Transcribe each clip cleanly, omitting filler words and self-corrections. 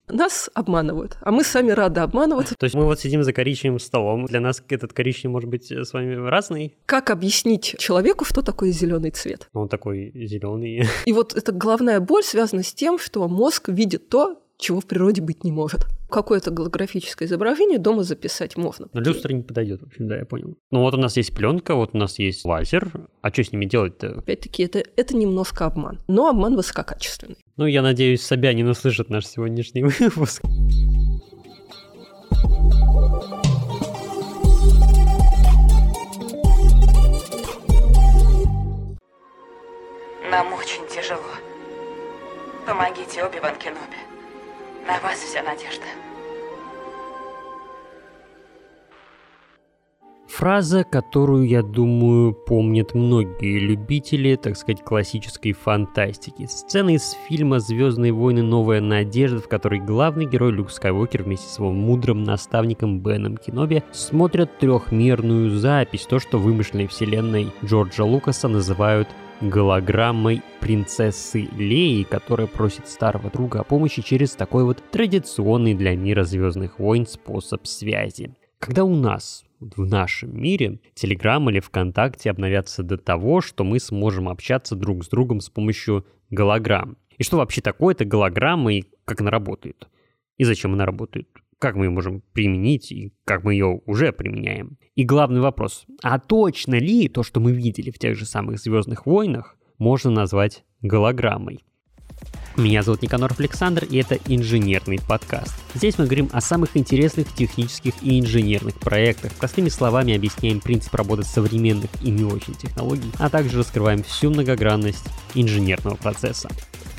Нас обманывают, а мы сами рады обманываться. То есть мы вот сидим за коричневым столом. Для нас этот коричневый может быть с вами разный. Как объяснить человеку, что такое зеленый цвет? Он такой зеленый. И вот эта головная боль связана с тем, что мозг видит то, чего в природе быть не может. Какое-то голографическое изображение дома записать можно. Но люстра не подойдет, в общем, да, я понял. Ну вот у нас есть пленка, вот у нас есть лазер. А что с ними делать-то? Опять-таки, это немножко обман. Но обман высококачественный. Ну, я надеюсь, Собянин услышит наш сегодняшний выпуск. Нам очень тяжело. Помогите, Оби-Ван Кеноби. На вас вся надежда. Фраза, которую, я думаю, помнят многие любители, так сказать, классической фантастики. Сцена из фильма «Звездные войны. Новая надежда», в которой главный герой Люк Скайуокер вместе с его мудрым наставником Беном Кеноби смотрят трехмерную запись, то, что в вымышленной вселенной Джорджа Лукаса называют голограммой принцессы Леи, которая просит старого друга о помощи через такой вот традиционный для мира «Звездных войн» способ связи. Когда у нас, в нашем мире, Telegram или ВКонтакте обновятся до того, что мы сможем общаться друг с другом с помощью голограмм. И что вообще такое эта голограмма и как она работает? И зачем она работает? Как мы ее можем применить и как мы ее уже применяем? И главный вопрос, а точно ли то, что мы видели в тех же самых «Звездных войнах», можно назвать голограммой? Меня зовут Никаноров Александр, и это инженерный подкаст. Здесь мы говорим о самых интересных технических и инженерных проектах, простыми словами объясняем принцип работы современных и не очень технологий, а также раскрываем всю многогранность инженерного процесса.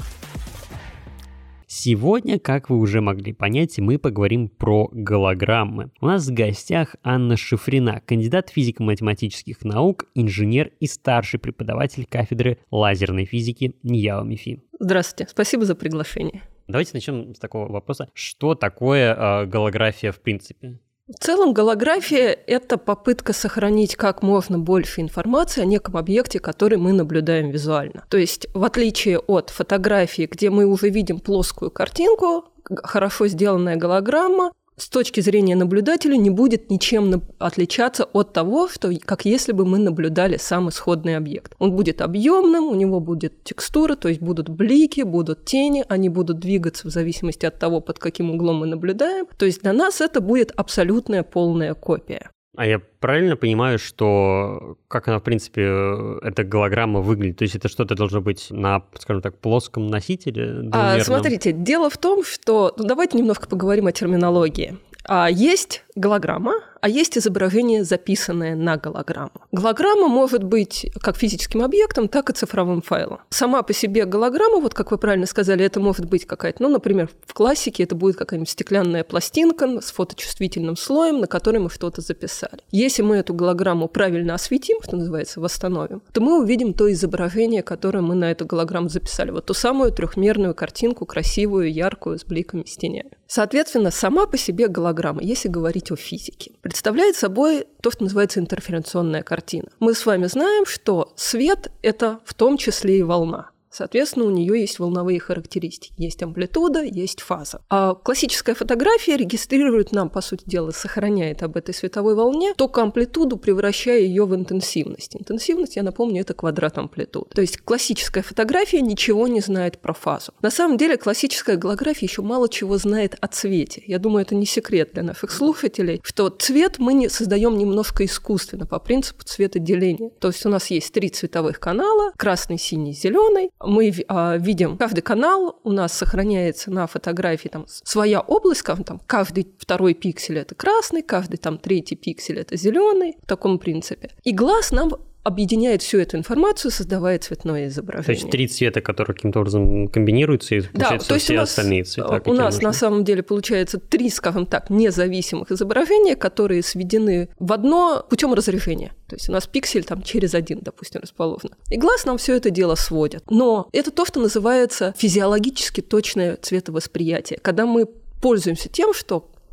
Сегодня, как вы уже могли понять, мы поговорим про голограммы. У нас в гостях Анна Шифрина, кандидат физико-математических наук, инженер и старший преподаватель кафедры лазерной физики НИЯО МИФИ. Здравствуйте, спасибо за приглашение. Давайте начнем с такого вопроса. Что такое голография в принципе? В целом голография – это попытка сохранить как можно больше информации о неком объекте, который мы наблюдаем визуально. То есть, в отличие от фотографии, где мы уже видим плоскую картинку, хорошо сделанная голограмма с точки зрения наблюдателя не будет ничем отличаться от того, что как если бы мы наблюдали сам исходный объект. Он будет объемным, у него будет текстура, то есть будут блики, будут тени, они будут двигаться в зависимости от того, под каким углом мы наблюдаем. То есть для нас это будет абсолютная полная копия. А я правильно понимаю, что как она, в принципе, эта голограмма выглядит? То есть это что-то должно быть на, скажем так, плоском носителе? Смотрите, дело в том, что... давайте немножко поговорим о терминологии. Есть голограмма, а есть изображение, записанное на голограмму. Голограмма может быть как физическим объектом, так и цифровым файлом. Сама по себе голограмма, вот как вы правильно сказали, это может быть какая-то, например, в классике это будет какая-нибудь стеклянная пластинка с фоточувствительным слоем, на которой мы что-то записали. Если мы эту голограмму правильно осветим, что называется, восстановим, то мы увидим то изображение, которое мы на эту голограмму записали. Вот ту самую трехмерную картинку, красивую, яркую, с бликами, с тенями. Соответственно, сама по себе голограмма, если говорить о физике, представляет собой то, что называется интерференционная картина. Мы с вами знаем, что свет – это в том числе и волна. Соответственно, у нее есть волновые характеристики. Есть амплитуда, есть фаза. А классическая фотография регистрирует нам, по сути дела, сохраняет об этой световой волне только амплитуду, превращая ее в интенсивность. Интенсивность, я напомню, это квадрат амплитуды. То есть классическая фотография ничего не знает про фазу. На самом деле классическая голография еще мало чего знает о цвете. Я думаю, это не секрет для наших слушателей, что цвет мы создаем немножко искусственно по принципу цветоделения. То есть у нас есть 3 цветовых канала – красный, синий, зеленый. Мы видим, каждый канал у нас сохраняется на фотографии своя область, каждый второй пиксель – это красный, каждый третий пиксель – это зеленый, в таком принципе. И глаз нам объединяет всю эту информацию, создавая цветное изображение. То есть 3 цвета, которые каким-то образом комбинируются, и получается все остальные цвета. У нас на самом деле получается 3, скажем так, независимых изображения, которые сведены в одно путем разрешения. То есть у нас пиксель через 1, допустим, расположен. И глаз нам все это дело сводит. Но это то, что называется физиологически точное цветовосприятие, когда мы пользуемся тем, что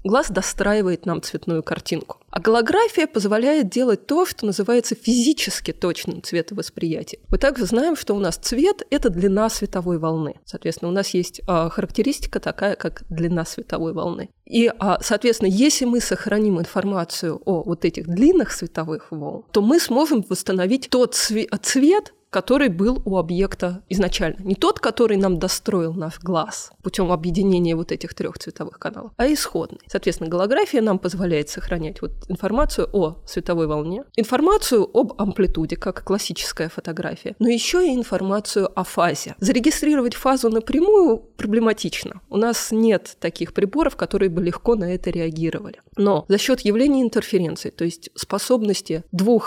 Глаз достраивает нам цветную картинку. А голография позволяет делать то, что называется физически точным цветовосприятием. Мы также знаем, что у нас цвет – это длина световой волны. Соответственно, у нас есть характеристика такая, как длина световой волны. И, соответственно, если мы сохраним информацию о вот этих длинных световых волн, то мы сможем восстановить тот цвет, который был у объекта изначально. Не тот, который нам достроил наш глаз путем объединения вот этих 3 цветовых каналов, а исходный. Соответственно, голография нам позволяет сохранять вот информацию о световой волне, информацию об амплитуде, как классическая фотография, но еще и информацию о фазе. Зарегистрировать фазу напрямую проблематично. У нас нет таких приборов, которые бы легко на это реагировали. Но за счет явления интерференции, то есть способности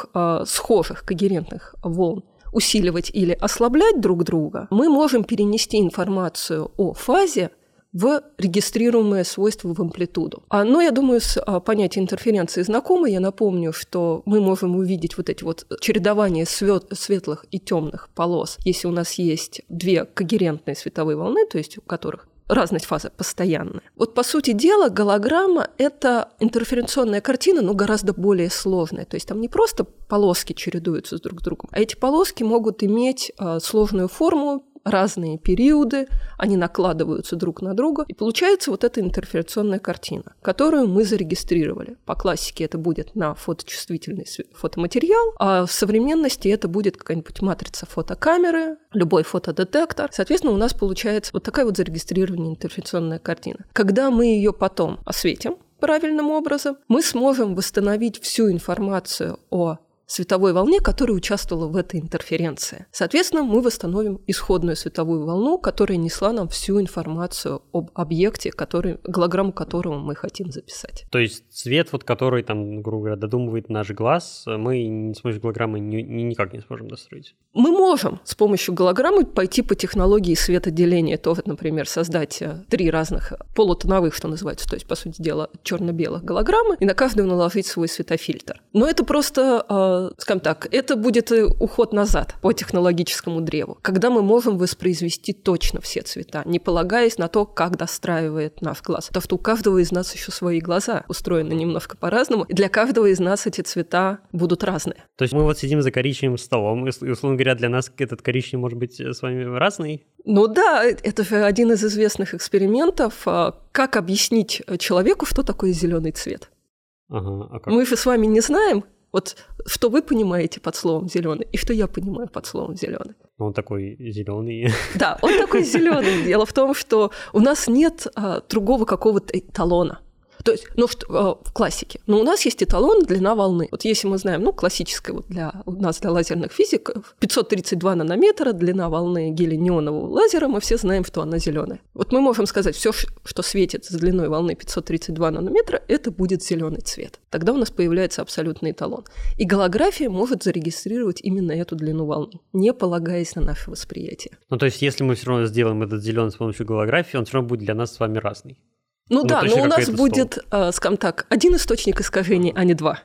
2 схожих когерентных волн усиливать или ослаблять друг друга, мы можем перенести информацию о фазе в регистрируемое свойство в амплитуду. Но я думаю, с понятием интерференции знакомо. Я напомню, что мы можем увидеть вот эти вот чередования светлых и темных полос, если у нас есть 2 когерентные световые волны, то есть у которых разность фазы постоянная. Вот, по сути дела, голограмма – это интерференционная картина, но гораздо более сложная. То есть там не просто полоски чередуются друг с другом, а эти полоски могут иметь сложную форму, разные периоды, они накладываются друг на друга, и получается вот эта интерференционная картина, которую мы зарегистрировали. По классике это будет на фоточувствительный фотоматериал, а в современности это будет какая-нибудь матрица фотокамеры, любой фотодетектор. Соответственно, у нас получается вот такая вот зарегистрированная интерференционная картина. Когда мы ее потом осветим правильным образом, мы сможем восстановить всю информацию о световой волне, которая участвовала в этой интерференции. Соответственно, мы восстановим исходную световую волну, которая несла нам всю информацию об объекте, голограмму которого мы хотим записать. То есть цвет, вот, который, там, грубо говоря, додумывает наш глаз, мы с помощью голограммы никак не сможем достроить? Мы можем с помощью голограммы пойти по технологии светоделения. То, например, создать 3 разных полутоновых, что называется, то есть, по сути дела, черно-белых голограммы, и на каждую наложить свой светофильтр. Но это просто скажем так, это будет уход назад по технологическому древу, когда мы можем воспроизвести точно все цвета, не полагаясь на то, как достраивает наш глаз. Потому что у каждого из нас еще свои глаза устроены немножко по-разному, и для каждого из нас эти цвета будут разные. То есть мы вот сидим за коричневым столом, и, условно говоря, для нас этот коричневый может быть с вами разный? Ну да, это же один из известных экспериментов, как объяснить человеку, что такое зеленый цвет. Ага, а как? Мы же с вами не знаем, вот что вы понимаете под словом зеленый и что я понимаю под словом зеленый. Он такой зеленый. Да, он такой зеленый. Дело в том, что у нас нет другого какого-то эталона. То есть, в классике. Но у нас есть эталон длина волны. Вот если мы знаем, классическая вот у нас для лазерных физиков 532 нанометра длина волны гелий-неонового лазера, мы все знаем, что она зеленая. Вот мы можем сказать, все, что светит с длиной волны 532 нанометра, это будет зеленый цвет. Тогда у нас появляется абсолютный эталон. И голография может зарегистрировать именно эту длину волны, не полагаясь на наше восприятие. Ну, то есть, если мы все равно сделаем этот зеленый с помощью голографии, он все равно будет для нас с вами разный. Ну да, но у нас будет, скажем так, один источник искажений, а не 2.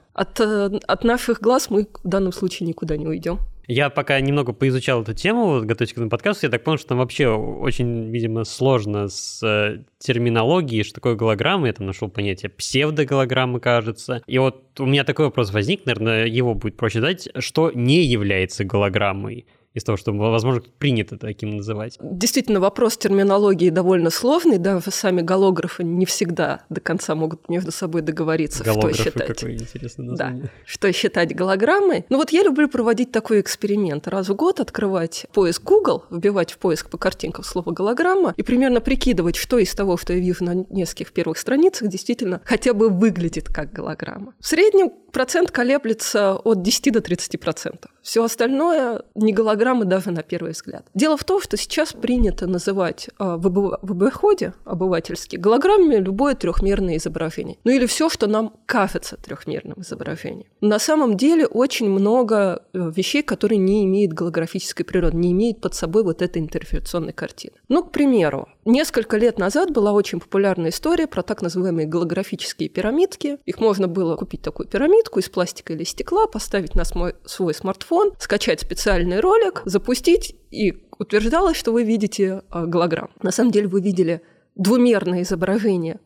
От наших глаз мы в данном случае никуда не уйдем. Я пока немного поизучал эту тему, готовясь к этому подкасту, я так понял, что там вообще очень, видимо, сложно с терминологией, что такое голограмма. Я там нашел понятие псевдоголограммы, кажется. И вот у меня такой вопрос возник, наверное, его будет проще задать, что не является голограммой? Из того, что, возможно, принято таким называть. Действительно, вопрос терминологии довольно сложный, да, сами голографы не всегда до конца могут между собой договориться, что считать. Какое интересное название. Да, что считать голограммой. Ну вот я люблю проводить такой эксперимент. Раз в год открывать поиск Google, вбивать в поиск по картинкам слово «голограмма» и примерно прикидывать, что из того, что я вижу на нескольких первых страницах, действительно хотя бы выглядит как голограмма. В среднем процент колеблется от 10 до 30%. Все остальное не голограмма, даже на первый взгляд. Дело в том, что сейчас принято называть в обиходе обывательски голограммами любое трехмерное изображение. Ну или все, что нам кажется трехмерным изображением. На самом деле очень много вещей, которые не имеют голографической природы, не имеют под собой вот этой интерференционной картины. Ну, к примеру, несколько лет назад была очень популярная история про так называемые голографические пирамидки. Их можно было купить такую пирамидку из пластика или стекла, поставить на свой смартфон, скачать специальный ролик, запустить, и утверждалось, что вы видите голограмму. На самом деле вы видели двумерное изображение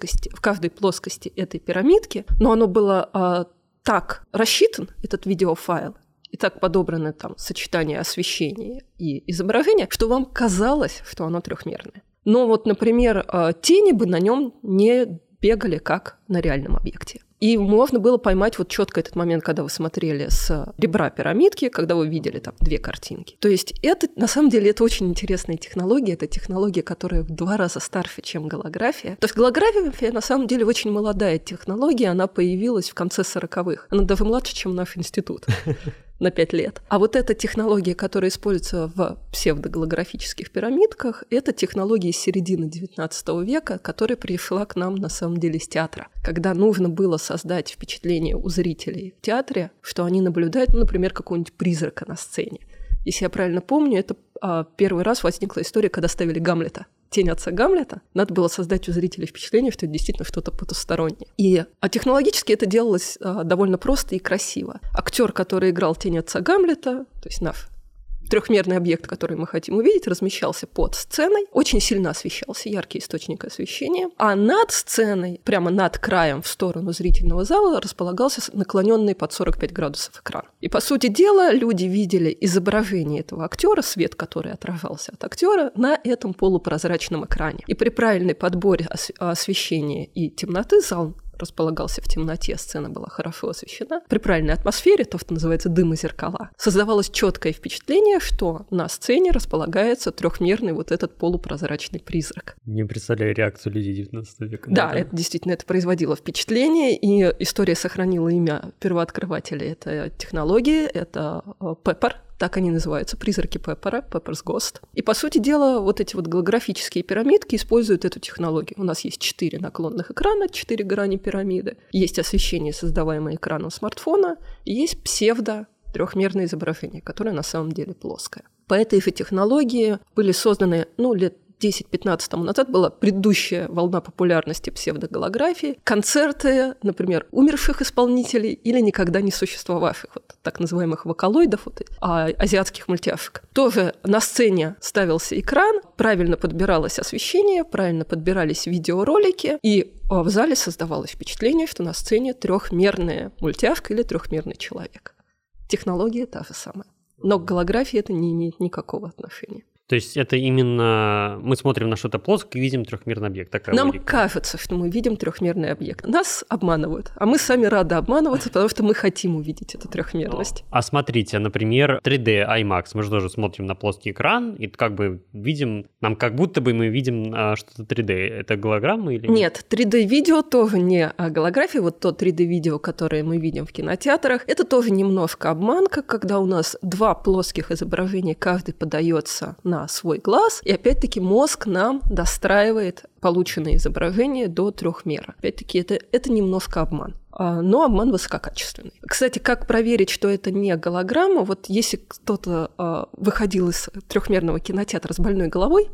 в каждой плоскости этой пирамидки, но оно было так рассчитан, этот видеофайл, и так подобрано там сочетание освещения и изображения, что вам казалось, что оно трехмерное. Но вот, например, тени бы на нем не бегали, как на реальном объекте. И можно было поймать вот четко этот момент, когда вы смотрели с ребра пирамидки, когда вы видели там две картинки. То есть это, на самом деле, это очень интересная технология. Это технология, которая в 2 раза старше, чем голография. То есть голография, на самом деле, очень молодая технология. Она появилась в конце 40-х. Она даже младше, чем наш институт. На 5 лет. А вот эта технология, которая используется в псевдоголографических пирамидках, это технология из середины XIX века, которая пришла к нам на самом деле с театра. Когда нужно было создать впечатление у зрителей в театре, что они наблюдают, например, какого-нибудь призрака на сцене. Если я правильно помню, это первый раз возникла история, когда ставили Гамлета. Тень отца Гамлета, надо было создать у зрителей впечатление, что это действительно что-то потустороннее. А технологически это делалось довольно просто и красиво. Актер, который играл тень отца Гамлета, то есть наш трехмерный объект, который мы хотим увидеть, размещался под сценой, очень сильно освещался, яркий источник освещения, а над сценой, прямо над краем в сторону зрительного зала, располагался наклоненный под 45 градусов экран. И, по сути дела, люди видели изображение этого актера, свет, который отражался от актера, на этом полупрозрачном экране. И при правильной подборе освещения и темноты зал располагался в темноте, сцена была хорошо освещена. При правильной атмосфере, то, что называется дымозеркала, создавалось четкое впечатление, что на сцене располагается трехмерный вот этот полупрозрачный призрак. Не представляю реакцию людей 19 века. Да, это действительно это производило впечатление, и история сохранила имя первооткрывателя этой технологии, это Пеппер. Так они называются, призраки Пеппера, Pepper's Ghost. И, по сути дела, вот эти вот голографические пирамидки используют эту технологию. У нас есть 4 наклонных экрана, 4 грани пирамиды, есть освещение, создаваемое экраном смартфона, и есть псевдо-трехмерное изображение, которое на самом деле плоское. По этой же технологии были созданы, лет 10-15 тому назад была предыдущая волна популярности псевдоголографии, концерты, например, умерших исполнителей или никогда не существовавших, вот, так называемых вокалоидов, азиатских мультяшек. Тоже на сцене ставился экран, правильно подбиралось освещение, правильно подбирались видеоролики, и в зале создавалось впечатление, что на сцене трехмерная мультяшка или трехмерный человек. Технология та же самая. Но к голографии это не имеет никакого отношения. То есть это именно мы смотрим на что-то плоское и видим трехмерный объект. Нам логика. Кажется, что мы видим трехмерный объект. Нас обманывают, а мы сами рады обманываться, потому что мы хотим увидеть эту трехмерность. А смотрите, например, 3D IMAX. Мы же тоже смотрим на плоский экран и как бы видим, нам как будто бы мы видим что-то 3D. Это голограмма или нет? Нет, 3D-видео тоже не голография. Вот то 3D-видео, которое мы видим в кинотеатрах, это тоже немножко обманка, когда у нас 2 плоских изображения, каждый подается на свой глаз, и опять-таки мозг нам достраивает полученное изображение до 3 мер. Опять-таки это немножко обман. Но обман высококачественный. Кстати, как проверить, что это не голограмма? Вот если кто-то выходил из трехмерного кинотеатра с больной головой,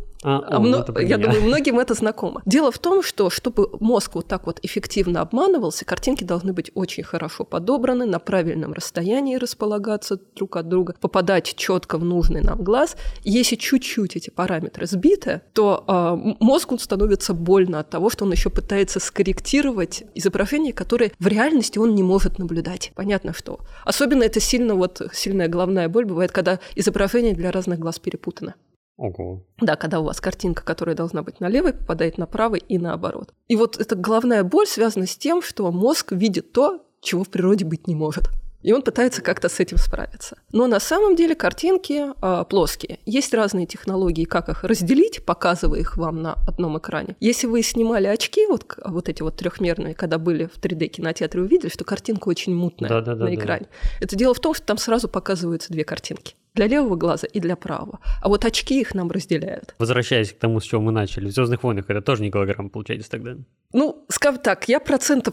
я думаю, многим это знакомо. Дело в том, что чтобы мозг вот так вот эффективно обманывался, картинки должны быть очень хорошо подобраны, на правильном расстоянии располагаться друг от друга, попадать четко в нужный нам глаз. Если чуть-чуть эти параметры сбиты, то мозгу становится больно от того, что он еще пытается скорректировать изображение, которое в реальности он не может наблюдать. Понятно, что. Особенно это сильная головная боль бывает, когда изображение для разных глаз перепутано. Ого. Да, когда у вас картинка, которая должна быть на левой, попадает на правый и наоборот. И вот эта головная боль связана с тем, что мозг видит то, чего в природе быть не может. И он пытается как-то с этим справиться. Но на самом деле картинки плоские. Есть разные технологии, как их разделить, показывая их вам на одном экране. Если вы снимали очки, вот эти вот трехмерные, когда были в 3D-кинотеатре, увидели, что картинка очень мутная на экране. Это дело в том, что там сразу показываются 2 картинки. Для левого глаза и для правого. А вот очки их нам разделяют. Возвращаясь к тому, с чего мы начали, в «Звездных войнах» это тоже не голограмма, получается, тогда? Скажем так, я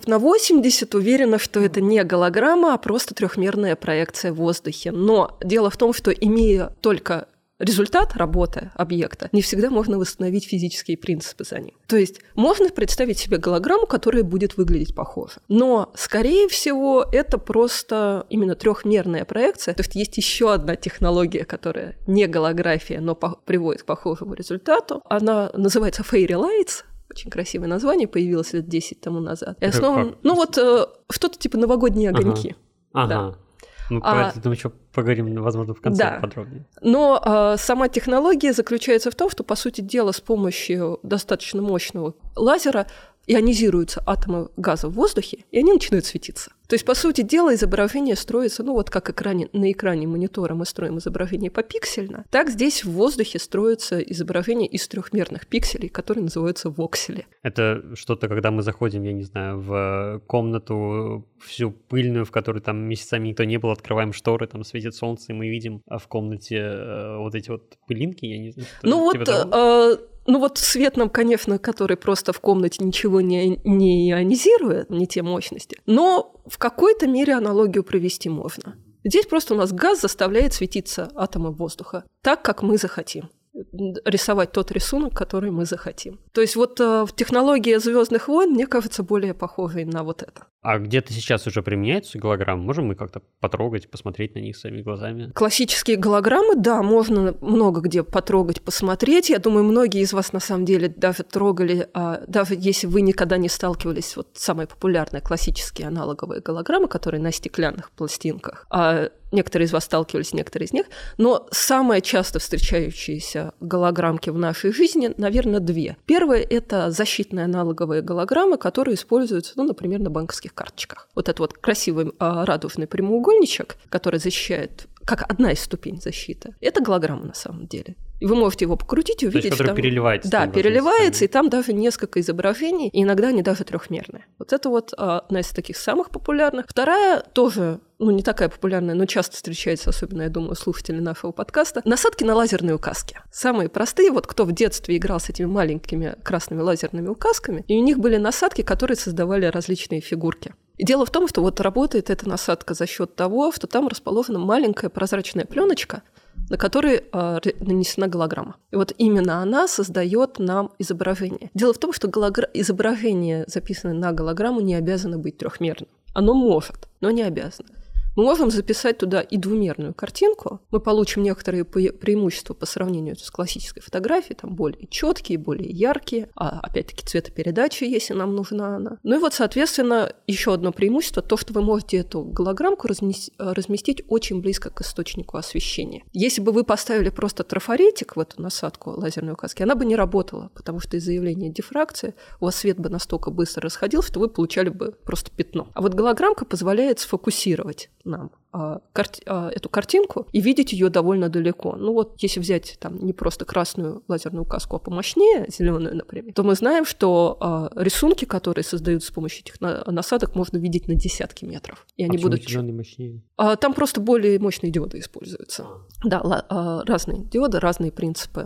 80% уверена, что это не голограмма, а просто трехмерная проекция в воздухе. Но дело в том, что имея только результат работы объекта, не всегда можно восстановить физические принципы за ним. То есть можно представить себе голограмму, которая будет выглядеть похоже. Но, скорее всего, это просто именно трехмерная проекция. То есть еще одна технология, которая не голография, но приводит к похожему результату. Она называется Fairy Lights. Очень красивое название, появилось лет 10 тому назад. И основан, что-то типа новогодние огоньки. Да. Мы про это еще поговорим, возможно, в конце подробнее. Но сама технология заключается в том, что, по сути дела, с помощью достаточно мощного лазера ионизируются атомы газа в воздухе, и они начинают светиться. То есть, по сути дела, изображение строится, как на экране монитора мы строим изображение попиксельно, так здесь в воздухе строится изображение из трехмерных пикселей, которые называются воксели. Это что-то, когда мы заходим, я не знаю, в комнату всю пыльную, в которой там месяцами никто не был, открываем шторы, там светит солнце, и мы видим в комнате вот эти вот пылинки, я не знаю. Свет нам, конечно, который просто в комнате ничего не ионизирует, не те мощности, но в какой-то мере аналогию провести можно. Здесь просто у нас газ заставляет светиться атомы воздуха так, как мы захотим. Рисовать тот рисунок, который мы захотим. То есть технология «Звездных войн», мне кажется, более похожей на вот это. А где-то сейчас уже применяются голограммы? Можем мы как-то потрогать, посмотреть на них своими глазами? Классические голограммы, да, можно много где потрогать, посмотреть. Я думаю, многие из вас на самом деле даже трогали, даже если вы никогда не сталкивались, самые популярные классические аналоговые голограммы, которые на стеклянных пластинках. Некоторые из вас сталкивались, некоторые из них. Но самые часто встречающиеся голограммки в нашей жизни, наверное, две. Первая – это защитные аналоговые голограммы, которые используются, например, на банковских карточках. Вот этот красивый радужный прямоугольничек, который защищает, как одна из ступеней защиты, это голограмма на самом деле. И вы можете его покрутить и увидеть, который там переливается. Да, переливается, и там даже несколько изображений, и иногда они даже трехмерные. Вот это одна из таких самых популярных. Вторая тоже, не такая популярная, но часто встречается, особенно, я думаю, слушатели нашего подкаста, насадки на лазерные указки. Самые простые, кто в детстве играл с этими маленькими красными лазерными указками, и у них были насадки, которые создавали различные фигурки. И дело в том, что работает эта насадка за счет того, что там расположена маленькая прозрачная пленочка, на которой нанесена голограмма. И именно она создает нам изображение. Дело в том, что изображение, записанное на голограмму, не обязано быть трехмерным. Оно может, но не обязано. Мы можем записать туда и двумерную картинку, мы получим некоторые преимущества по сравнению с классической фотографией, там более четкие, более яркие, опять-таки цветопередача, если нам нужна она. Соответственно, еще одно преимущество, то, что вы можете эту голограммку разместить очень близко к источнику освещения. Если бы вы поставили просто трафаретик в эту насадку лазерной указки, она бы не работала, потому что из-за явления дифракции у вас свет бы настолько быстро расходился, что вы получали бы просто пятно. А голограммка позволяет сфокусировать нам эту картинку и видеть ее довольно далеко. Если взять не просто красную лазерную указку, а помощнее, зеленую, например, то мы знаем, что рисунки, которые создаются с помощью этих насадок, можно видеть на десятки метров. И они будут зеленый мощнее? Там просто более мощные диоды используются. Да, разные диоды, разные принципы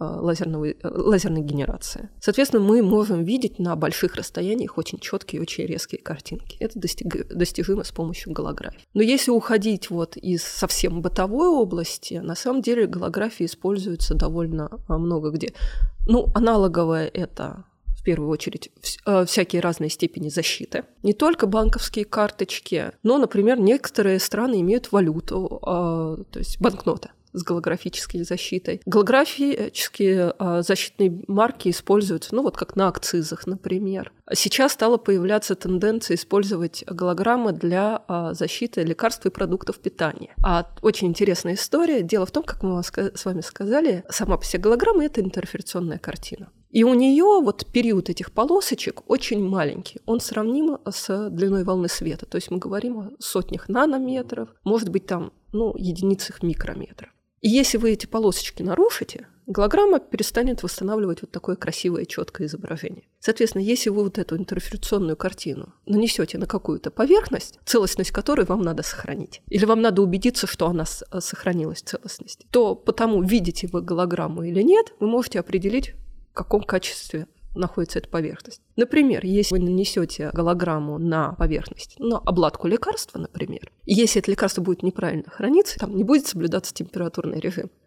лазерной генерации. Соответственно, мы можем видеть на больших расстояниях очень четкие и очень резкие картинки. Это достижимо с помощью голографии. Но если уходить из совсем бытовой области, на самом деле голография используется довольно много где. Аналоговая — это в первую очередь всякие разные степени защиты. Не только банковские карточки, но, например, некоторые страны имеют валюту, то есть банкноты с голографической защитой. Голографические защитные марки используются, как на акцизах, например. Сейчас стала появляться тенденция использовать голограммы для защиты лекарств и продуктов питания. Очень интересная история. Дело в том, как мы с вами сказали, сама по себе голограмма — это интерферационная картина. И у нее период этих полосочек очень маленький. Он сравним с длиной волны света. То есть мы говорим о сотнях нанометров, может быть, единицах микрометров. И если вы эти полосочки нарушите, голограмма перестанет восстанавливать такое красивое, четкое изображение. Соответственно, если вы эту интерферационную картину нанесете на какую-то поверхность, целостность которой вам надо сохранить, или вам надо убедиться, что она сохранилась в целостности, то потому, видите вы голограмму или нет, вы можете определить, в каком качестве находится эта поверхность. Например, если вы нанесете голограмму на поверхность, на обладку лекарства, например, и если это лекарство будет неправильно храниться, там не будет соблюдаться температурный режим,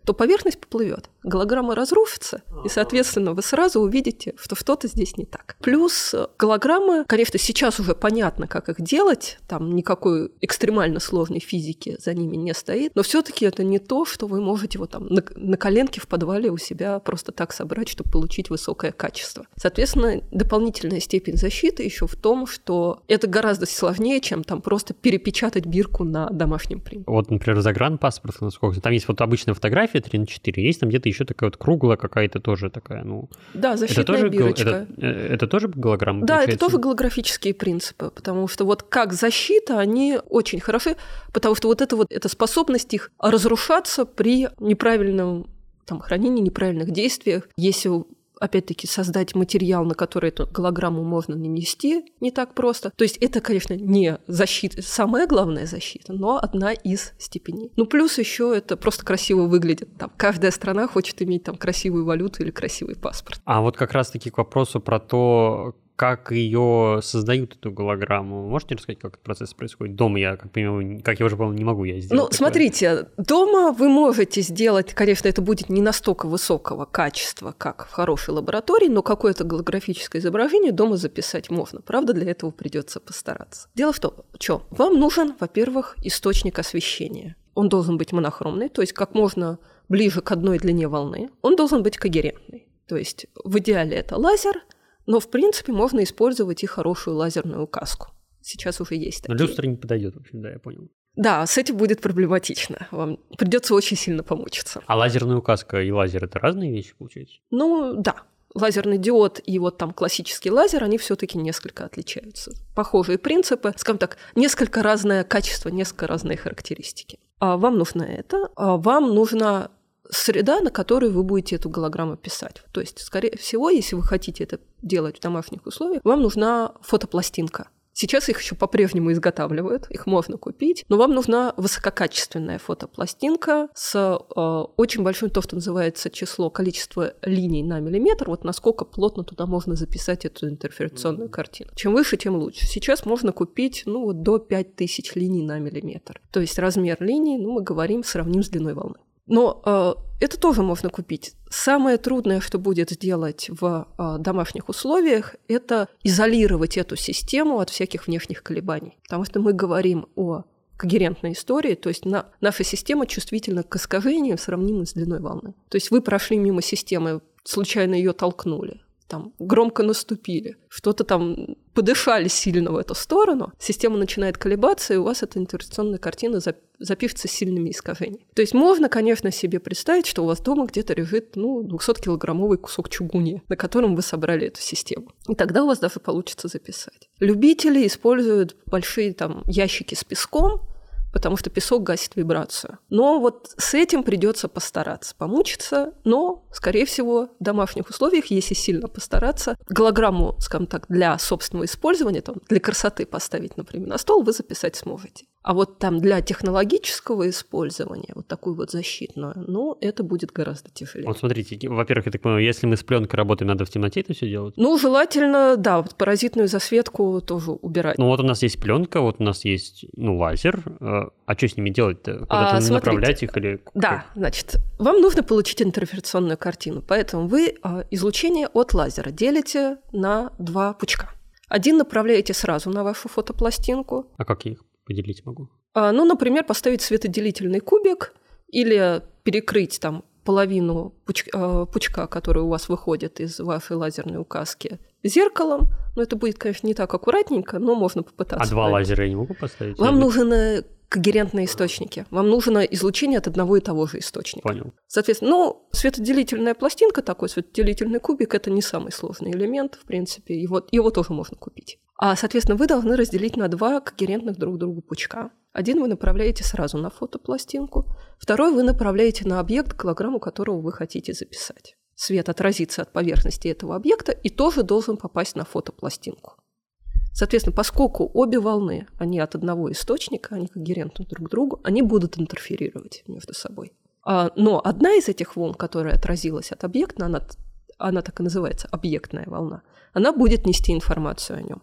то поверхность поплывет, голограмма разрушится, и, соответственно, вы сразу увидите, что что-то здесь не так. Плюс голограммы, конечно, сейчас уже понятно, как их делать, там никакой экстремально сложной физики за ними не стоит, но все-таки это не то, что вы можете вот там на коленке в подвале у себя просто так собрать, чтобы получить высокое качество. Соответственно, дополнительная степень защиты еще в том, что это гораздо сложнее, чем там просто перепечатать бирку на домашнем принтере. Вот, например, загранпаспорт, насколько там есть вот обычная фотография 3:4, есть там где-то еще такая вот круглая какая-то тоже такая, ну... Да, защитная бирочка. Это тоже голограмма, да, получается? это тоже голографические принципы, потому что вот как защита, они очень хороши, потому что вот эта способность их разрушаться при неправильном там, хранении, неправильных действиях. Если опять-таки создать материал, на который эту голограмму можно нанести, не так просто. То есть это, конечно, не защита, самая главная защита, но одна из степеней. Ну, плюс еще это просто красиво выглядит. Там каждая страна хочет иметь там красивую валюту или красивый паспорт. А вот как раз-таки к вопросу про то, как ее создают, эту голограмму. Можете рассказать, как этот процесс происходит? Дома я, как понимаю, как я уже понял, не могу я сделать. Ну, такое. Смотрите, дома вы можете сделать, конечно, это будет не настолько высокого качества, как в хорошей лаборатории, но какое-то голографическое изображение дома записать можно. Правда, для этого придется постараться. Дело в том, что вам нужен, во-первых, источник освещения. Он должен быть монохромный, то есть как можно ближе к одной длине волны. Он должен быть когерентный. То есть в идеале это лазер, но, в принципе, можно использовать и хорошую лазерную указку. Сейчас уже есть такие. Но люстра не подойдет, в общем, да, я понял. Да, с этим будет проблематично. Вам придется очень сильно помучиться. А лазерная указка и лазер — это разные вещи, получается? Ну, да. Лазерный диод и вот там классический лазер, они все-таки несколько отличаются. Похожие принципы, скажем так, несколько разное качество, несколько разные характеристики. А вам нужно это, а вам нужна среда, на которой вы будете эту голограмму писать. То есть, скорее всего, если вы хотите это делать в домашних условиях, вам нужна фотопластинка. Сейчас их еще по-прежнему изготавливают, их можно купить, но вам нужна высококачественная фотопластинка с очень большим, то, что называется, количество линий на миллиметр, вот насколько плотно туда можно записать эту интерферационную картину. Чем выше, тем лучше. Сейчас можно купить до 5000 линий на миллиметр. То есть размер линий, мы говорим, сравним с длиной волны. Но это тоже можно купить. Самое трудное, что будет сделать в домашних условиях, это изолировать эту систему от всяких внешних колебаний. Потому что мы говорим о когерентной истории, то есть наша система чувствительна к искажениям, сравнимым с длиной волны. То есть вы прошли мимо системы, случайно ее толкнули, там, громко наступили, что-то там подышали сильно в эту сторону, система начинает колебаться, и у вас эта интерферационная картина запишется с сильными искажениями. То есть можно, конечно, себе представить, что у вас дома где-то лежит 200-килограммовый кусок чугуни, на котором вы собрали эту систему. И тогда у вас даже получится записать. Любители используют большие там ящики с песком, потому что песок гасит вибрацию. Но вот с этим придется постараться, помучиться, но, скорее всего, в домашних условиях, если сильно постараться, голограмму, скажем так, для собственного использования, там, для красоты поставить, например, на стол, вы записать сможете. А вот там для технологического использования, вот такую вот защитную, это будет гораздо тяжелее. Вот смотрите, во-первых, я так понимаю, если мы с пленкой работаем, надо в темноте это все делать? Желательно, да, вот паразитную засветку тоже убирать. Вот у нас есть пленка, вот у нас есть, лазер. А что с ними делать-то? Куда-то направлять их или... Да, значит, вам нужно получить интерферационную картину, поэтому вы излучение от лазера делите на 2 пучка. Один направляете сразу на вашу фотопластинку. А как я их поделить могу? Например, поставить светоделительный кубик или перекрыть там половину пучка, который у вас выходит из вашей лазерной указки, зеркалом. Это будет, конечно, не так аккуратненько, но можно попытаться. А 2 лазера я не могу поставить? Вам нужны когерентные источники. Вам нужно излучение от одного и того же источника. Понял. Соответственно, светоделительная пластинка, такой светоделительный кубик, это не самый сложный элемент, в принципе, его тоже можно купить. Соответственно, вы должны разделить на 2 когерентных друг другу пучка. Один вы направляете сразу на фотопластинку, второй вы направляете на объект, голограмму которого вы хотите записать. Свет отразится от поверхности этого объекта и тоже должен попасть на фотопластинку. Соответственно, поскольку обе волны, они от одного источника, они когерентны друг к другу, они будут интерферировать между собой. Но одна из этих волн, которая отразилась от объекта, она так и называется, объектная волна, она будет нести информацию о нем.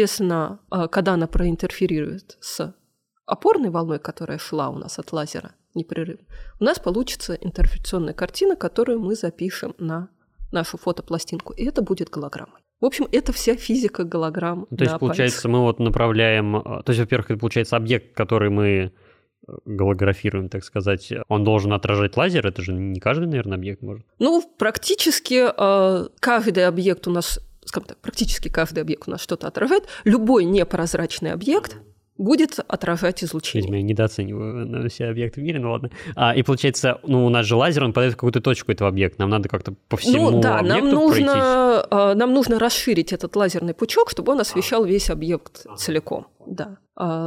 Соответственно, когда она проинтерферирует с опорной волной, которая шла у нас от лазера, непрерывно, у нас получится интерференционная картина, которую мы запишем на нашу фотопластинку, и это будет голограммой. В общем, это вся физика голограмм. То есть, получается, мы вот направляем... То есть, во-первых, это получается объект, который мы голографируем, так сказать, он должен отражать лазер? Это же не каждый, наверное, объект может? Ну, практически каждый объект у нас, скажем так, практически каждый объект у нас что-то отражает. Любой непрозрачный объект будет отражать излучение. Видимо, я недооцениваю все объекты в мире, ну ладно. И получается, у нас же лазер, он подает в какую-то точку этого объекта. Нам надо как-то по всему объекту пройтись. Нам нужно расширить этот лазерный пучок, чтобы он освещал весь объект целиком. Да.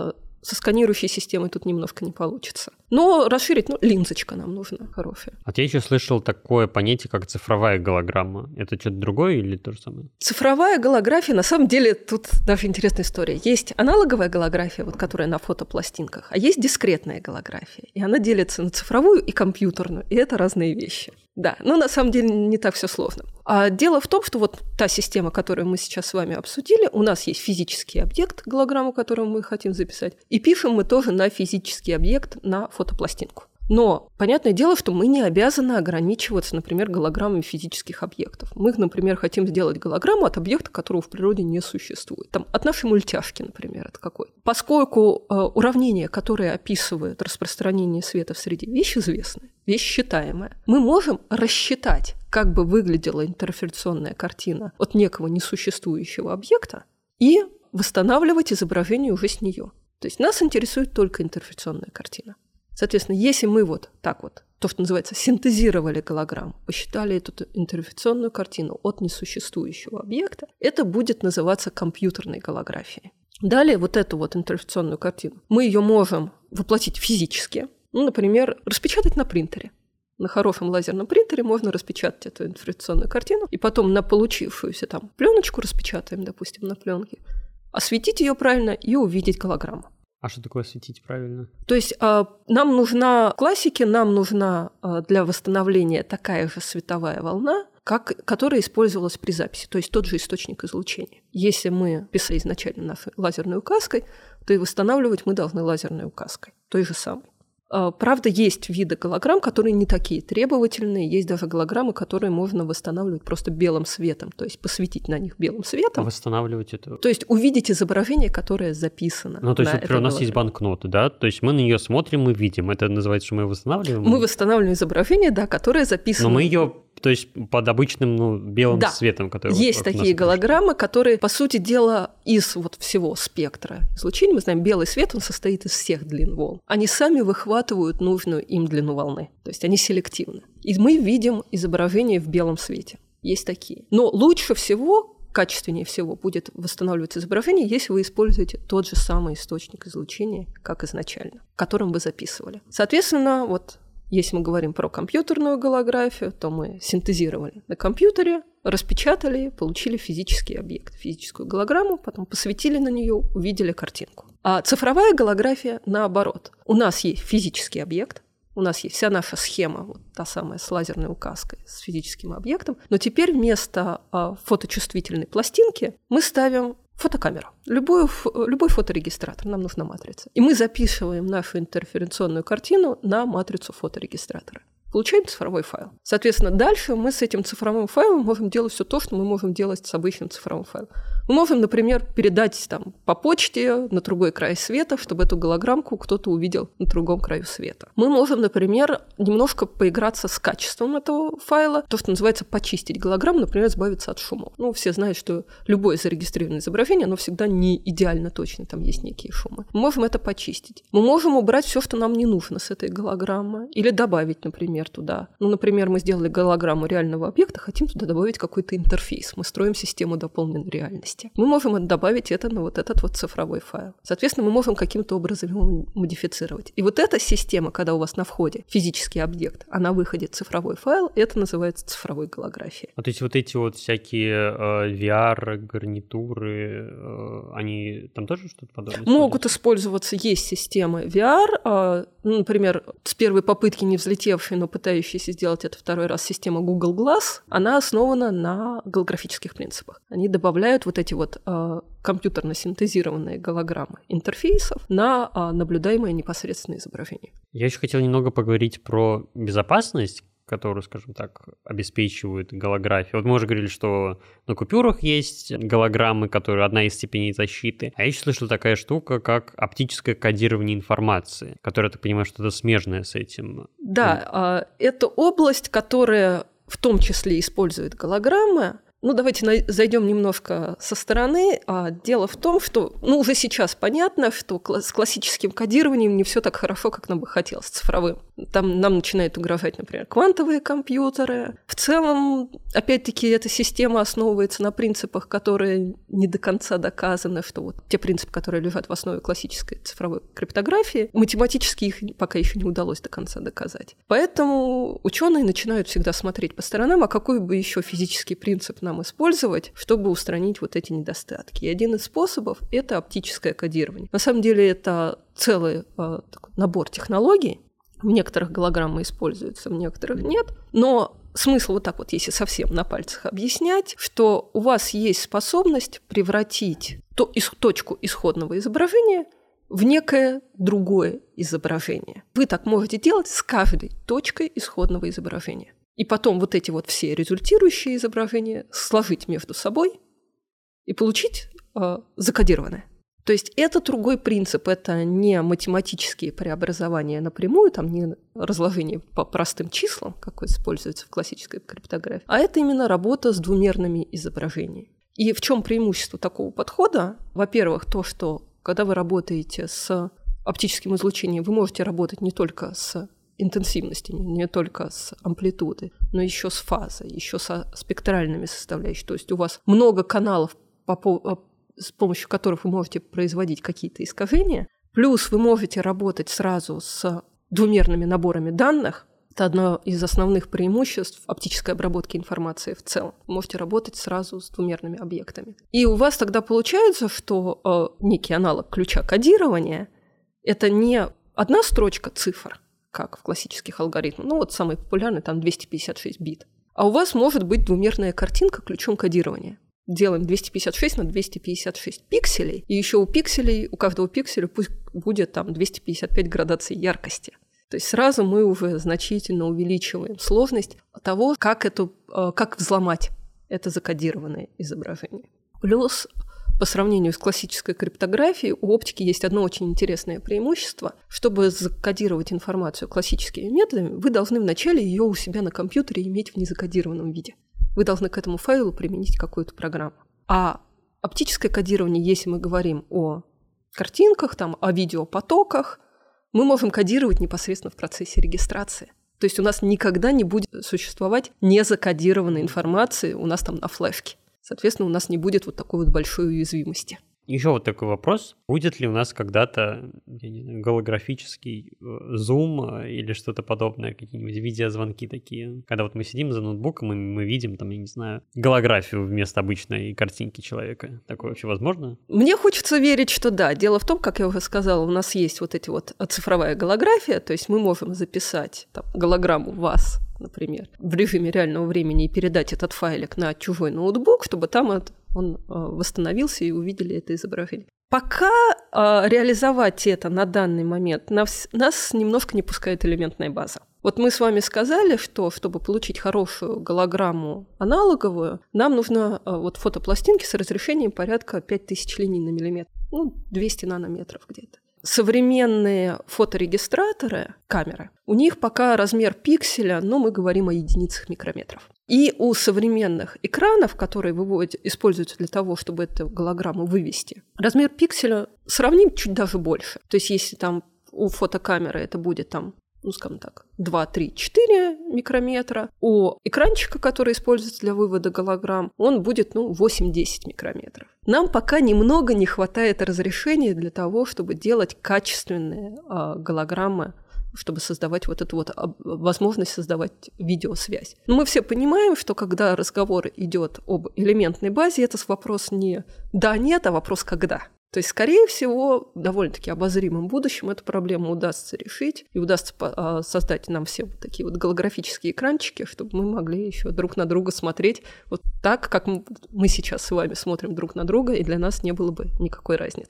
Со сканирующей системой тут немножко не получится. Но расширить, линзочка нам нужна хорошая. Я еще слышал такое понятие, как цифровая голограмма. Это что-то другое или то же самое? Цифровая голография, на самом деле, тут даже интересная история. Есть аналоговая голография, которая на фотопластинках, а есть дискретная голография. И она делится на цифровую и компьютерную, и это разные вещи. Да, но на самом деле не так все сложно. А дело в том, что вот та система, которую мы сейчас с вами обсудили, у нас есть физический объект, голограмму, которую мы хотим записать, и пишем мы тоже на физический объект на фотопластинку. Но понятное дело, что мы не обязаны ограничиваться, например, голограммами физических объектов. Мы, например, хотим сделать голограмму от объекта, которого в природе не существует. От нашей мультяшки, например, это какой. Поскольку уравнение, которое описывает распространение света в среде, вещь известная, вещь считаемая, мы можем рассчитать, как бы выглядела интерференционная картина от некого несуществующего объекта и восстанавливать изображение уже с нее. То есть нас интересует только интерференционная картина. Соответственно, если мы то, что называется, синтезировали голограмму, посчитали эту интерференционную картину от несуществующего объекта, это будет называться компьютерной голографией. Далее эту интерференционную картину мы ее можем воплотить физически, например, распечатать на принтере. На хорошем лазерном принтере можно распечатать эту интерференционную картину, и потом на получившуюся пленочку распечатаем, допустим, на пленке, осветить ее правильно и увидеть голограмму. А что такое осветить правильно? То есть нам нужна классики, нам нужна для восстановления такая же световая волна, которая использовалась при записи, то есть тот же источник излучения. Если мы писали изначально нашей лазерной указкой, то и восстанавливать мы должны лазерной указкой, той же самой. Правда, есть виды голограмм, которые не такие требовательные. Есть даже голограммы, которые можно восстанавливать просто белым светом, то есть посветить на них белым светом. Восстанавливать это? То есть увидеть изображение, которое записано. То есть, например, у нас есть банкноты, да? То есть мы на нее смотрим и видим. Это называется, что мы восстанавливаем? Мы восстанавливаем изображение, да, которое записано. Но мы ее... То есть под обычным белым светом, который... Есть такие голограммы, которые, по сути дела, из всего спектра излучения, мы знаем, белый свет, он состоит из всех длин волн. Они сами выхватывают нужную им длину волны. То есть они селективны. И мы видим изображение в белом свете. Есть такие. Но лучше всего, качественнее всего будет восстанавливаться изображение, если вы используете тот же самый источник излучения, как изначально, которым вы записывали. Соответственно, если мы говорим про компьютерную голографию, то мы синтезировали на компьютере, распечатали, получили физический объект, физическую голограмму, потом посветили на нее, увидели картинку. А цифровая голография наоборот. У нас есть физический объект, у нас есть вся наша схема, та самая с лазерной указкой, с физическим объектом, но теперь вместо фоточувствительной пластинки мы ставим фотокамеру. Любой фоторегистратор, нам нужна матрица. И мы записываем нашу интерференционную картину на матрицу фоторегистратора. Получаем цифровой файл. Соответственно, дальше мы с этим цифровым файлом можем делать все то, что мы можем делать с обычным цифровым файлом. Мы можем, например, передать по почте на другой край света, чтобы эту голограммку кто-то увидел на другом краю света. Мы можем, например, немножко поиграться с качеством этого файла, то, что называется почистить голограмму, например, избавиться от шумов. Все знают, что любое зарегистрированное изображение, оно всегда не идеально точно, там есть некие шумы. Мы можем это почистить. Мы можем убрать все, что нам не нужно с этой голограммы, или добавить, например, туда. Например, мы сделали голограмму реального объекта, хотим туда добавить какой-то интерфейс. Мы строим систему дополненной реальности. Мы можем добавить это на этот цифровой файл. Соответственно, мы можем каким-то образом его модифицировать. И эта система, когда у вас на входе физический объект, а на выходе цифровой файл, это называется цифровой голографией. То есть эти всякие VR-гарнитуры, они там тоже что-то подобное? Могут использоваться. Есть системы VR, например, с первой попытки не взлетевшей, но пытающаяся сделать это второй раз система Google Glass, она основана на голографических принципах. Они добавляют эти компьютерно синтезированные голограммы интерфейсов на наблюдаемое непосредственное изображение. Я еще хотел немного поговорить про безопасность, которую, скажем так, обеспечивают голографии. Вот мы уже говорили, что на купюрах есть голограммы, которые одна из степеней защиты. А я еще слышал такая штука, как оптическое кодирование информации, которое, я так понимаю, что-то смежное с этим. Да, это область, которая в том числе использует голограммы. Ну, давайте зайдем немножко со стороны. Дело в том, что уже сейчас понятно, что с классическим кодированием не все так хорошо, как нам бы хотелось, с цифровым. Там нам начинают угрожать, например, квантовые компьютеры. В целом, опять-таки, эта система основывается на принципах, которые не до конца доказаны, что вот те принципы, которые лежат в основе классической цифровой криптографии, математически их пока еще не удалось до конца доказать. Поэтому ученые начинают всегда смотреть по сторонам, а какой бы еще физический принцип нам использовать, чтобы устранить вот эти недостатки. И один из способов – это оптическое кодирование. На самом деле это целый набор технологий. В некоторых голограммы используются, в некоторых нет. Но смысл вот так вот, если совсем на пальцах объяснять, что у вас есть способность превратить точку исходного изображения в некое другое изображение. Вы так можете делать с каждой точкой исходного изображения. И потом вот эти вот все результирующие изображения сложить между собой и получить закодированное. То есть это другой принцип, это не математические преобразования напрямую, там не разложение по простым числам, как используется в классической криптографии, а это именно работа с двумерными изображениями. И в чем преимущество такого подхода? Во-первых, то, что когда вы работаете с оптическим излучением, вы можете работать не только с интенсивностями, не только с амплитудой, но еще с фазой, еще со спектральными составляющими. То есть у вас много каналов, с помощью которых вы можете производить какие-то искажения, плюс вы можете работать сразу с двумерными наборами данных. Это одно из основных преимуществ оптической обработки информации в целом. Вы можете работать сразу с двумерными объектами. И у вас тогда получается, что некий аналог ключа кодирования – это не одна строчка цифр, как в классических алгоритмах, ну вот самый популярный, там 256 бит. А у вас может быть двумерная картинка ключом кодирования. Делаем 256 на 256 пикселей, и еще у каждого пикселя пусть будет там 255 градаций яркости. То есть сразу мы уже значительно увеличиваем сложность того, как взломать это закодированное изображение. Плюс по сравнению с классической криптографией у оптики есть одно очень интересное преимущество. Чтобы закодировать информацию классическими методами, вы должны вначале ее у себя на компьютере иметь в незакодированном виде. Вы должны к этому файлу применить какую-то программу. А оптическое кодирование, если мы говорим о картинках, о видеопотоках, мы можем кодировать непосредственно в процессе регистрации. То есть у нас никогда не будет существовать незакодированной информации у нас там на флешке. Соответственно, у нас не будет вот такой вот большой уязвимости. Еще вот такой вопрос. Будет ли у нас когда-то, я не знаю, голографический зум или что-то подобное, какие-нибудь видеозвонки такие? Когда вот мы сидим за ноутбуком, и мы видим, там, я не знаю, голографию вместо обычной картинки человека. Такое вообще возможно? Мне хочется верить, что да. Дело в том, как я уже сказала, у нас есть вот эти вот цифровая голография, то есть мы можем записать там голограмму вас, например, в режиме реального времени и передать этот файлик на чужой ноутбук, чтобы там он восстановился и увидели это изображение. Пока реализовать это на данный момент нас немножко не пускает элементная база. Вот мы с вами сказали, что чтобы получить хорошую голограмму аналоговую, нам нужно фотопластинки с разрешением порядка 5000 линий на миллиметр, 200 нанометров где-то. Современные фоторегистраторы, камеры, у них пока размер пикселя, но мы говорим о единицах микрометров. И у современных экранов, которые используются для того, чтобы эту голограмму вывести, размер пикселя сравним чуть даже больше. То есть если там у фотокамеры это будет там, скажем так, 2, 3, 4 микрометра, у экранчика, который используется для вывода голограмм, он будет 8-10 микрометров. Нам пока немного не хватает разрешения для того, чтобы делать качественные голограммы, чтобы создавать вот эту вот возможность создавать видеосвязь. Но мы все понимаем, что когда разговор идет об элементной базе, это вопрос не да-нет, а вопрос когда. То есть, скорее всего, в довольно-таки обозримом будущем эту проблему удастся решить, и удастся создать нам все вот такие вот голографические экранчики, чтобы мы могли еще друг на друга смотреть вот так, как мы сейчас с вами смотрим друг на друга, и для нас не было бы никакой разницы.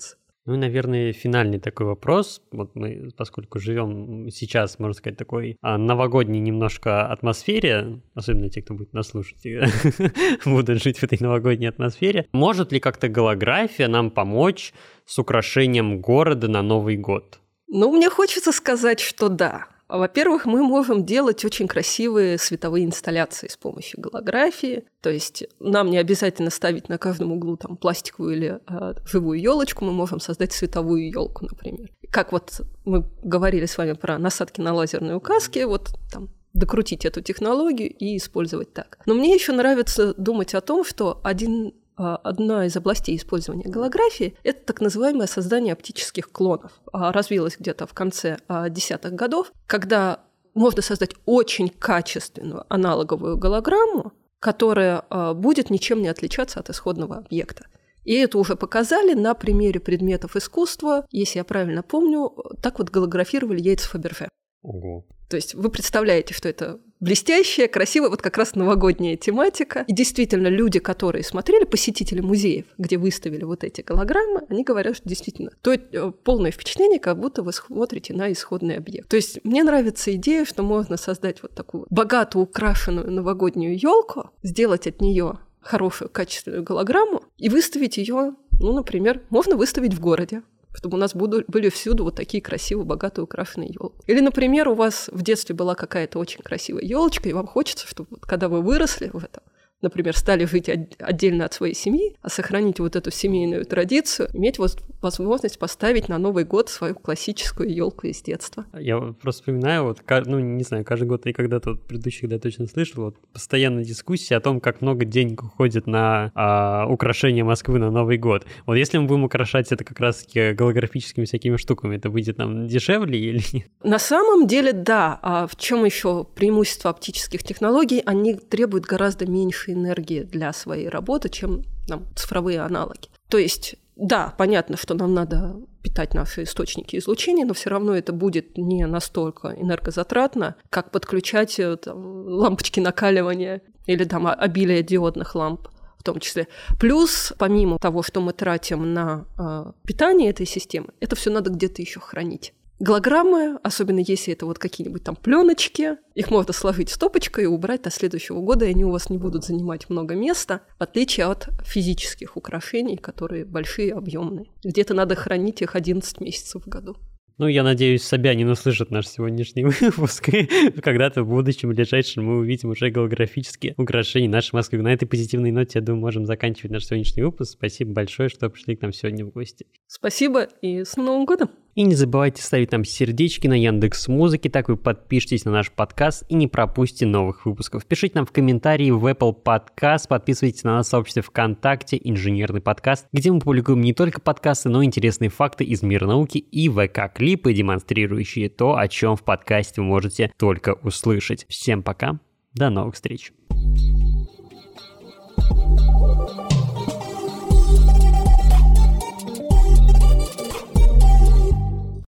Ну и, наверное, финальный такой вопрос. Вот мы, поскольку живем сейчас, можно сказать, такой новогодней немножко атмосфере, особенно те, кто будет нас слушать, будут жить в этой новогодней атмосфере. Может ли как-то голография нам помочь с украшением города на Новый год? Ну, мне хочется сказать, что да. Во-первых, мы можем делать очень красивые световые инсталляции с помощью голографии. То есть нам не обязательно ставить на каждом углу там пластиковую или живую елочку, мы можем создать световую елку, например. Как вот мы говорили с вами про насадки на лазерные указки, вот там докрутить эту технологию и использовать так. Но мне еще нравится думать о том, что одна из областей использования голографии – это так называемое создание оптических клонов. Развилось где-то в конце 10-х годов, когда можно создать очень качественную аналоговую голограмму, которая будет ничем не отличаться от исходного объекта. И это уже показали на примере предметов искусства. Если я правильно помню, так вот голографировали яйца Фаберже. Ого. То есть вы представляете, что это блестящая, красивая, вот как раз новогодняя тематика. И действительно, люди, которые смотрели, посетители музеев, где выставили вот эти голограммы, они говорят, что действительно, то полное впечатление, как будто вы смотрите на исходный объект. То есть мне нравится идея, что можно создать вот такую богато украшенную новогоднюю елку, сделать от нее хорошую, качественную голограмму и выставить ее, ну, например, можно выставить в городе, чтобы у нас были всюду вот такие красивые, богато украшенные елки. Или, например, у вас в детстве была какая-то очень красивая елочка, и вам хочется, чтобы вот, когда вы выросли в этом, например, стали жить отдельно от своей семьи, а сохранить вот эту семейную традицию, иметь возможность поставить на Новый год свою классическую елку из детства. Я просто вспоминаю, вот, ну, не знаю, каждый год и когда-то вот предыдущих, когда я точно слышал, вот, постоянно дискуссии о том, как много денег уходит на украшение Москвы на Новый год. Вот если мы будем украшать это как раз-таки голографическими всякими штуками, это выйдет нам дешевле или нет? На самом деле, да. А в чем еще преимущество оптических технологий? Они требуют гораздо меньше энергии для своей работы, чем цифровые аналоги. То есть, да, понятно, что нам надо питать наши источники излучения, но все равно это будет не настолько энергозатратно, как подключать лампочки накаливания или обилие диодных ламп в том числе. Плюс, помимо того, что мы тратим на питание этой системы, это все надо где-то еще хранить. Голограммы, особенно если это вот какие-нибудь там пленочки, их можно сложить стопочкой и убрать до следующего года, и они у вас не будут занимать много места, в отличие от физических украшений, которые большие, объемные. Где-то надо хранить их 11 месяцев в году. Ну, я надеюсь, Собянин услышит наш сегодняшний выпуск, и когда-то в будущем, ближайшем, мы увидим уже голографические украшения нашей Москвы. На этой позитивной ноте, я думаю, можем заканчивать наш сегодняшний выпуск. Спасибо большое, что пришли к нам сегодня в гости. Спасибо, и с Новым годом! И не забывайте ставить нам сердечки на Яндекс.Музыке, так вы подпишитесь на наш подкаст и не пропустите новых выпусков. Пишите нам в комментарии в Apple Podcast, подписывайтесь на нас в сообществе ВКонтакте «Инженерный подкаст», где мы публикуем не только подкасты, но и интересные факты из мира науки и ВК-клипы, демонстрирующие то, о чем в подкасте вы можете только услышать. Всем пока, до новых встреч!